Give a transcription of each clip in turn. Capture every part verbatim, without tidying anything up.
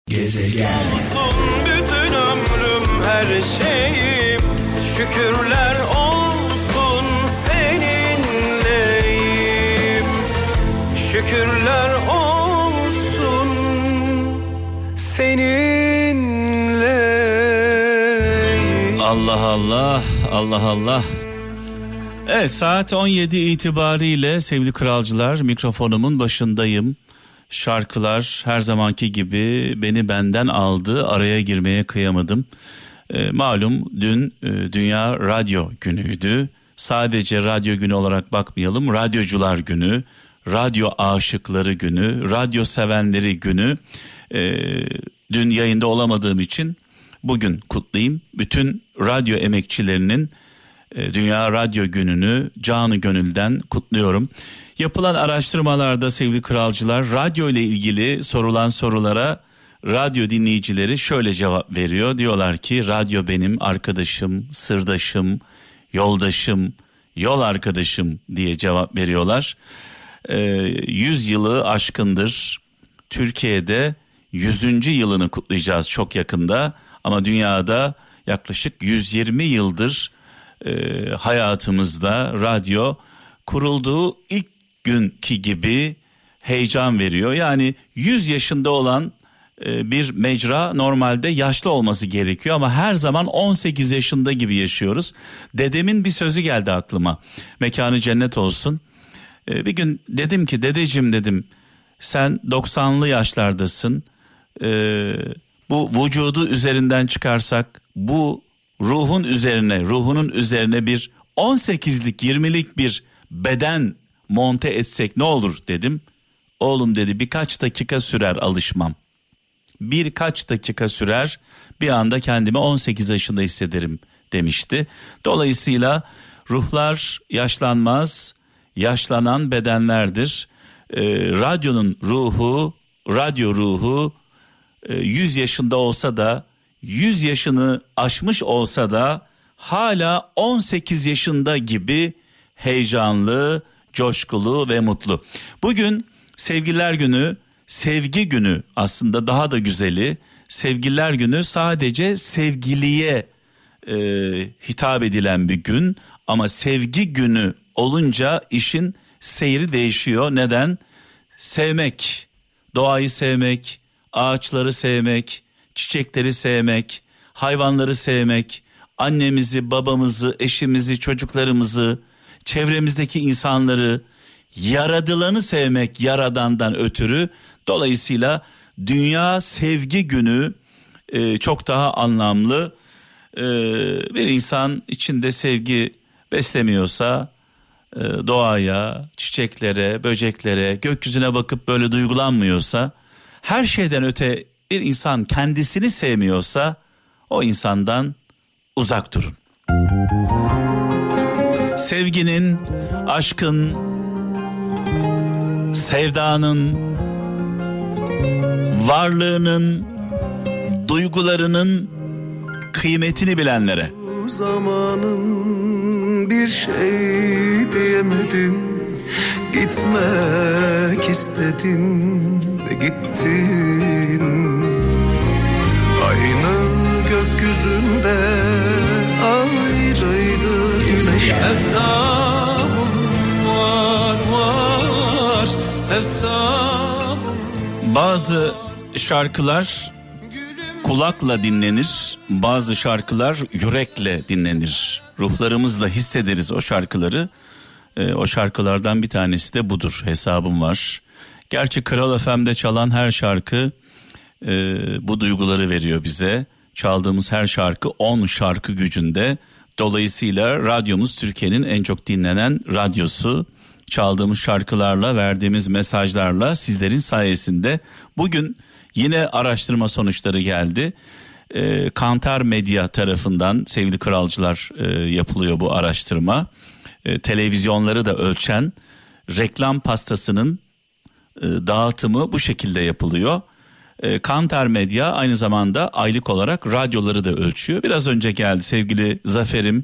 Gezegen. Bütün ömrüm, her şeyim, şükürler olsun seninleyim. Şükürler olsun seninleyim. Allah Allah, Allah Allah. Evet, saat on yedi itibariyle sevgili kralcılar, mikrofonumun başındayım. Şarkılar her zamanki gibi beni benden aldı, araya girmeye kıyamadım. E, malum dün e, Dünya Radyo Günü'ydü. Sadece radyo günü olarak bakmayalım, radyocular günü, radyo aşıkları günü, radyo sevenleri günü. E, dün yayında olamadığım için bugün kutlayayım. Bütün radyo emekçilerinin e, Dünya Radyo Günü'nü canı gönülden kutluyorum. Yapılan araştırmalarda sevgili kralcılar, radyo ile ilgili sorulan sorulara radyo dinleyicileri şöyle cevap veriyor. Diyorlar ki radyo benim arkadaşım, sırdaşım, yoldaşım, yol arkadaşım diye cevap veriyorlar. Ee, yüz yılı aşkındır. Türkiye'de yüzüncü yılını kutlayacağız çok yakında. Ama dünyada yaklaşık yüz yirmi yıldır e, hayatımızda radyo kurulduğu ilk günkü gibi heyecan veriyor. Yani yüz yaşında olan e, bir mecra normalde yaşlı olması gerekiyor ama her zaman on sekiz yaşında gibi yaşıyoruz. Dedemin bir sözü geldi aklıma. Mekanı cennet olsun. E, bir gün dedim ki dedeciğim dedim, sen doksanlı yaşlardasın. E, bu vücudu üzerinden çıkarsak bu ruhun üzerine, ruhunun üzerine bir on sekizlik yirmilik bir beden monte etsek ne olur dedim. Oğlum dedi, birkaç dakika sürer alışmam. Birkaç dakika sürer, bir anda kendimi on sekiz yaşında hissederim demişti. Dolayısıyla ruhlar yaşlanmaz, yaşlanan bedenlerdir. Ee, radyonun ruhu, radyo ruhu e, yüz yaşında olsa da, yüz yaşını aşmış olsa da hala on sekiz yaşında gibi heyecanlı, coşkulu ve mutlu. Bugün Sevgililer Günü, sevgi günü, aslında daha da güzeli. Sevgililer Günü sadece sevgiliye e, hitap edilen bir gün ama sevgi günü olunca işin seyri değişiyor. Neden? Sevmek, doğayı sevmek, ağaçları sevmek, çiçekleri sevmek, hayvanları sevmek, annemizi, babamızı, eşimizi, çocuklarımızı, çevremizdeki insanları, yaradılanı sevmek yaradandan ötürü. Dolayısıyla Dünya Sevgi Günü e, çok daha anlamlı. E, bir insan içinde sevgi beslemiyorsa e, doğaya, çiçeklere, böceklere, gökyüzüne bakıp böyle duygulanmıyorsa, her şeyden öte bir insan kendisini sevmiyorsa o insandan uzak durun. Sevginin, aşkın, sevdanın, varlığının, duygularının kıymetini bilenlere. Zamanın bir şey diyemedim, gitmek istedim ve gittin. Aynı gökyüzünde ayrıydı güneş. Hesabım var var hesabım. Bazı şarkılar kulakla dinlenir, bazı şarkılar yürekle dinlenir. Ruhlarımızla hissederiz o şarkıları. E, o şarkılardan bir tanesi de budur. Hesabım var. Gerçi Kral F M'de çalan her şarkı e, bu duyguları veriyor bize. Çaldığımız her şarkı on şarkı gücünde. Dolayısıyla radyomuz Türkiye'nin en çok dinlenen radyosu. Çaldığımız şarkılarla, verdiğimiz mesajlarla, sizlerin sayesinde. Bugün yine araştırma sonuçları geldi. E, Kantar Medya tarafından sevgili kralcılar e, yapılıyor bu araştırma. E, televizyonları da ölçen reklam pastasının e, dağıtımı bu şekilde yapılıyor. E, Kantar Medya aynı zamanda aylık olarak radyoları da ölçüyor. Biraz önce geldi sevgili Zafer'im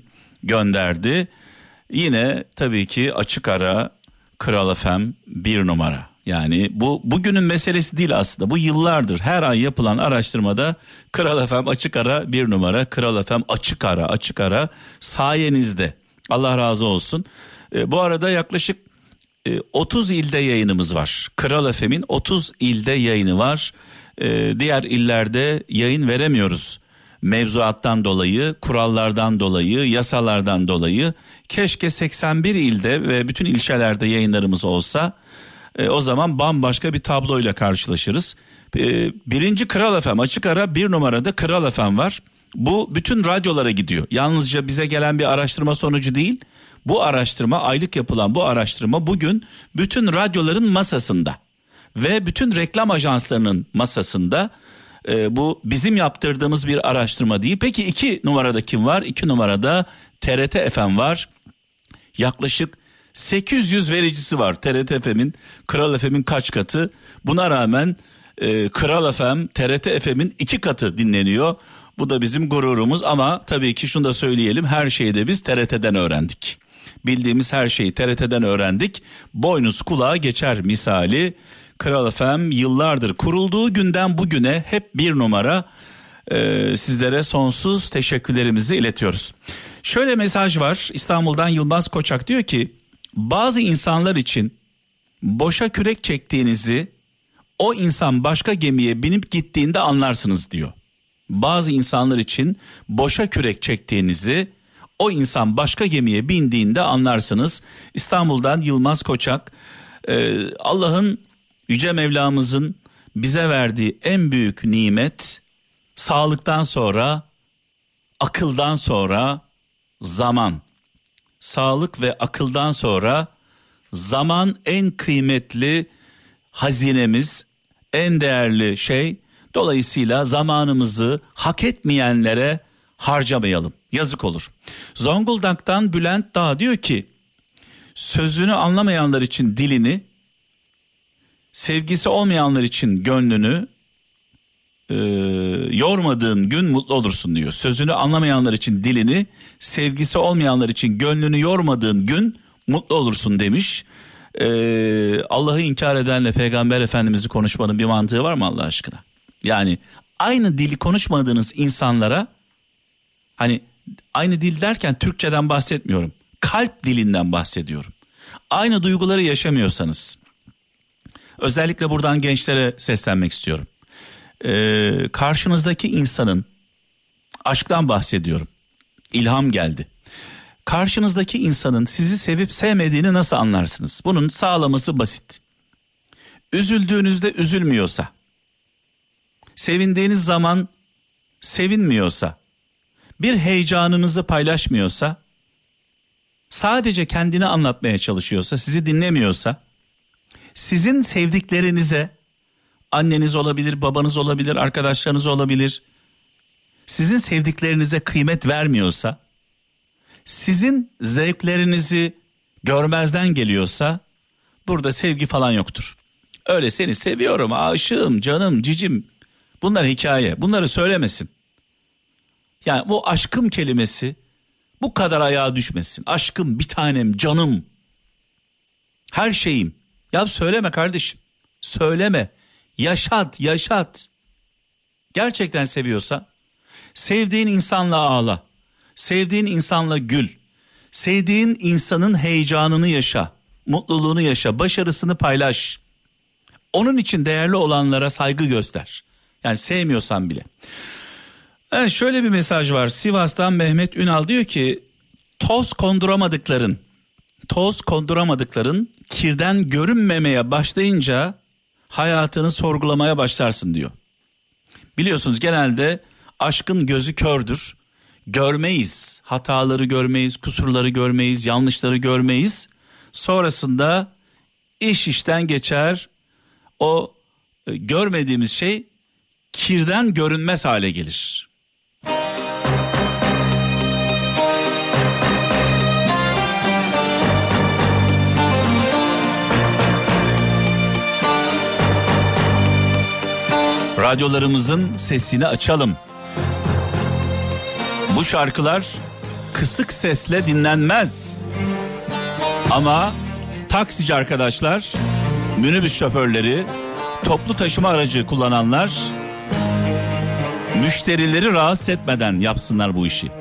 gönderdi. Yine tabii ki açık ara Kral F M bir numara. Yani bu bugünün meselesi değil aslında. Bu yıllardır her ay yapılan araştırmada Kral F M açık ara bir numara. Kral F M açık ara açık ara sayenizde. Allah razı olsun. E, bu arada yaklaşık e, otuz ilde yayınımız var. Kral F M'in otuz ilde yayını var. E, diğer illerde yayın veremiyoruz. Mevzuattan dolayı, kurallardan dolayı, yasalardan dolayı. Keşke seksen bir ilde ve bütün ilçelerde yayınlarımız olsa. E, o zaman bambaşka bir tabloyla karşılaşırız. E, birinci Kral F M açık ara bir numarada Kral F M var. Bu bütün radyolara gidiyor. Yalnızca bize gelen bir araştırma sonucu değil. Bu araştırma, aylık yapılan bu araştırma bugün bütün radyoların masasında ve bütün reklam ajanslarının masasında. E, bu bizim yaptırdığımız bir araştırma değil. Peki iki numarada kim var? İki numarada T R T F M var. Yaklaşık sekiz yüz vericisi var T R T F M'in, Kral F M'in kaç katı? Buna rağmen e, Kral F M, T R T F M'in iki katı dinleniyor. Bu da bizim gururumuz ama tabii ki şunu da söyleyelim, her şeyi de biz T R T'den öğrendik. Bildiğimiz her şeyi T R T'den öğrendik. Boynuz kulağa geçer misali. Kral F M yıllardır kurulduğu günden bugüne hep bir numara. Ee, sizlere sonsuz teşekkürlerimizi iletiyoruz. Şöyle mesaj var, İstanbul'dan Yılmaz Koçak diyor ki bazı insanlar için boşa kürek çektiğinizi o insan başka gemiye binip gittiğinde anlarsınız diyor. Bazı insanlar için boşa kürek çektiğinizi o insan başka gemiye bindiğinde anlarsınız. İstanbul'dan Yılmaz Koçak. Ee, Allah'ın, Yüce Mevlamızın bize verdiği en büyük nimet sağlıktan sonra, akıldan sonra zaman. Sağlık ve akıldan sonra zaman en kıymetli hazinemiz, en değerli şey. Dolayısıyla zamanımızı hak etmeyenlere harcamayalım. Yazık olur. Zonguldak'tan Bülent Dağ diyor ki sözünü anlamayanlar için dilini, sevgisi olmayanlar için gönlünü e, yormadığın gün mutlu olursun diyor. Sözünü anlamayanlar için dilini, sevgisi olmayanlar için gönlünü yormadığın gün mutlu olursun demiş. E, Allah'ı inkar edenle Peygamber Efendimiz'i konuşmanın bir mantığı var mı Allah aşkına? Yani aynı dili konuşmadığınız insanlara, hani aynı dil derken Türkçeden bahsetmiyorum, kalp dilinden bahsediyorum. Aynı duyguları yaşamıyorsanız, özellikle buradan gençlere seslenmek istiyorum. Ee, karşınızdaki insanın, aşktan bahsediyorum, ilham geldi. Karşınızdaki insanın sizi sevip sevmediğini nasıl anlarsınız? Bunun sağlaması basit. Üzüldüğünüzde üzülmüyorsa, sevindiğiniz zaman sevinmiyorsa, bir heyecanınızı paylaşmıyorsa, sadece kendini anlatmaya çalışıyorsa, sizi dinlemiyorsa, sizin sevdiklerinize, anneniz olabilir, babanız olabilir, arkadaşlarınız olabilir, sizin sevdiklerinize kıymet vermiyorsa, sizin zevklerinizi görmezden geliyorsa, burada sevgi falan yoktur. Öyle seni seviyorum, aşığım, canım, cicim, bunlar hikaye, bunları söylemesin. Yani bu aşkım kelimesi bu kadar ayağa düşmesin. Aşkım, bir tanem, canım, her şeyim. Ya söyleme kardeşim, söyleme, yaşat, yaşat. Gerçekten seviyorsa, sevdiğin insanla ağla, sevdiğin insanla gül, sevdiğin insanın heyecanını yaşa, mutluluğunu yaşa, başarısını paylaş. Onun için değerli olanlara saygı göster. Yani sevmiyorsan bile. Evet, şöyle bir mesaj var. Sivas'tan Mehmet Ünal diyor ki toz konduramadıkların, toz konduramadıkların kirden görünmemeye başlayınca hayatını sorgulamaya başlarsın diyor. Biliyorsunuz genelde aşkın gözü kördür. Görmeyiz, hataları görmeyiz, kusurları görmeyiz, yanlışları görmeyiz. Sonrasında iş işten geçer, o e, görmediğimiz şey kirden görünmez hale gelir. Radyolarımızın sesini açalım. Bu şarkılar kısık sesle dinlenmez. Ama taksici arkadaşlar, minibüs şoförleri, toplu taşıma aracı kullananlar müşterileri rahatsız etmeden yapsınlar bu işi.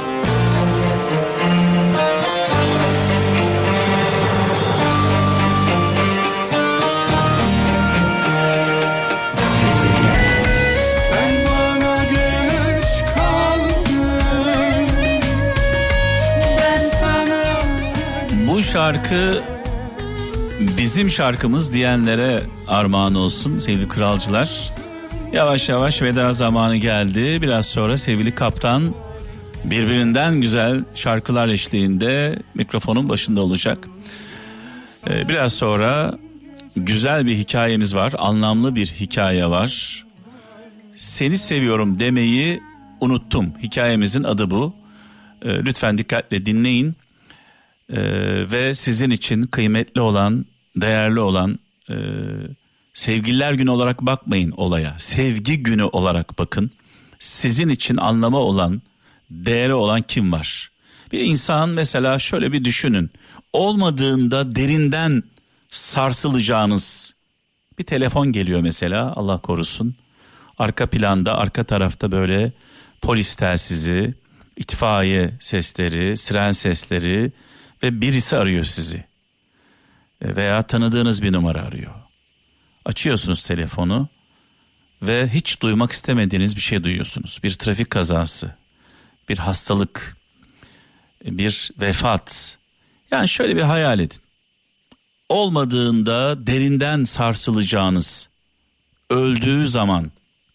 Bu şarkı bizim şarkımız diyenlere armağan olsun sevgili kralcılar. Yavaş yavaş veda zamanı geldi. Biraz sonra sevgili kaptan birbirinden güzel şarkılar eşliğinde mikrofonun başında olacak. Ee, biraz sonra güzel bir hikayemiz var. Anlamlı bir hikaye var. Seni seviyorum demeyi unuttum. Hikayemizin adı bu. Ee, lütfen dikkatle dinleyin. Ee, ve sizin için kıymetli olan, değerli olan e, sevgililer günü olarak bakmayın olaya. Sevgi günü olarak bakın. Sizin için anlamı olan, değeri olan kim var? Bir insan mesela şöyle bir düşünün. Olmadığında derinden sarsılacağınız bir telefon geliyor mesela, Allah korusun. Arka planda, arka tarafta böyle polis telsizi, itfaiye sesleri, siren sesleri ve birisi arıyor sizi. Veya tanıdığınız bir numara arıyor. Açıyorsunuz telefonu ve hiç duymak istemediğiniz bir şey duyuyorsunuz. Bir trafik kazası, bir hastalık, bir vefat. Yani şöyle bir hayal edin. Olmadığında derinden sarsılacağınız, öldüğü zaman,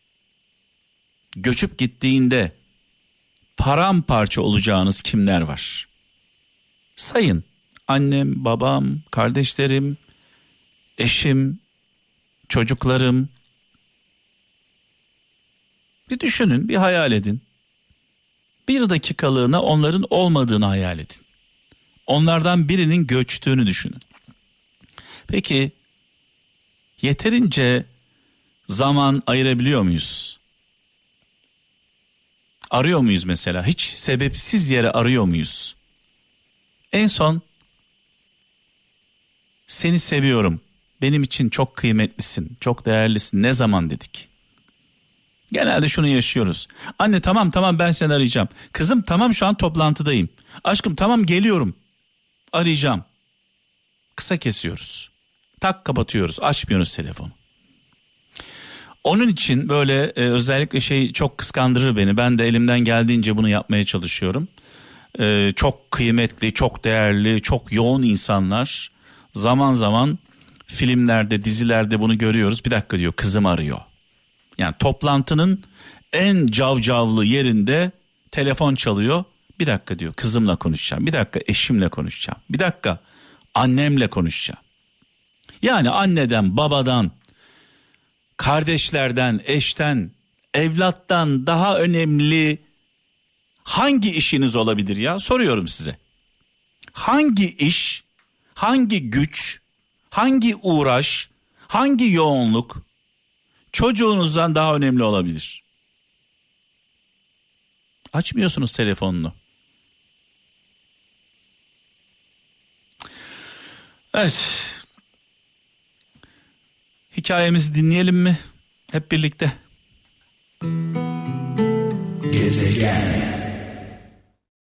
göçüp gittiğinde paramparça olacağınız kimler var? Sayın. Annem, babam, kardeşlerim, eşim, çocuklarım. Bir düşünün, bir hayal edin. Bir dakikalığına onların olmadığını hayal edin. Onlardan birinin göçtüğünü düşünün. Peki yeterince zaman ayırabiliyor muyuz? Arıyor muyuz mesela? Hiç sebepsiz yere arıyor muyuz? En son seni seviyorum, benim için çok kıymetlisin, çok değerlisin ne zaman dedik? Genelde şunu yaşıyoruz. Anne tamam tamam ben seni arayacağım. Kızım tamam şu an toplantıdayım. Aşkım tamam geliyorum, arayacağım. Kısa kesiyoruz. Tak kapatıyoruz, açmıyoruz telefonu. Onun için böyle e, özellikle şey çok kıskandırır beni. Ben de elimden geldiğince bunu yapmaya çalışıyorum. E, çok kıymetli, çok değerli, çok yoğun insanlar zaman zaman filmlerde, dizilerde bunu görüyoruz. Bir dakika diyor, kızım arıyor. Yani toplantının en cavcavlı yerinde telefon çalıyor. Bir dakika diyor, kızımla konuşacağım. Bir dakika eşimle konuşacağım. Bir dakika annemle konuşacağım. Yani anneden, babadan, kardeşlerden, eşten, evlattan daha önemli hangi işiniz olabilir ya? Soruyorum size. Hangi iş, hangi güç, hangi uğraş, hangi yoğunluk çocuğunuzdan daha önemli olabilir? Açmıyorsunuz telefonunu. Evet. Hikayemizi dinleyelim mi? Hep birlikte. Gezegen.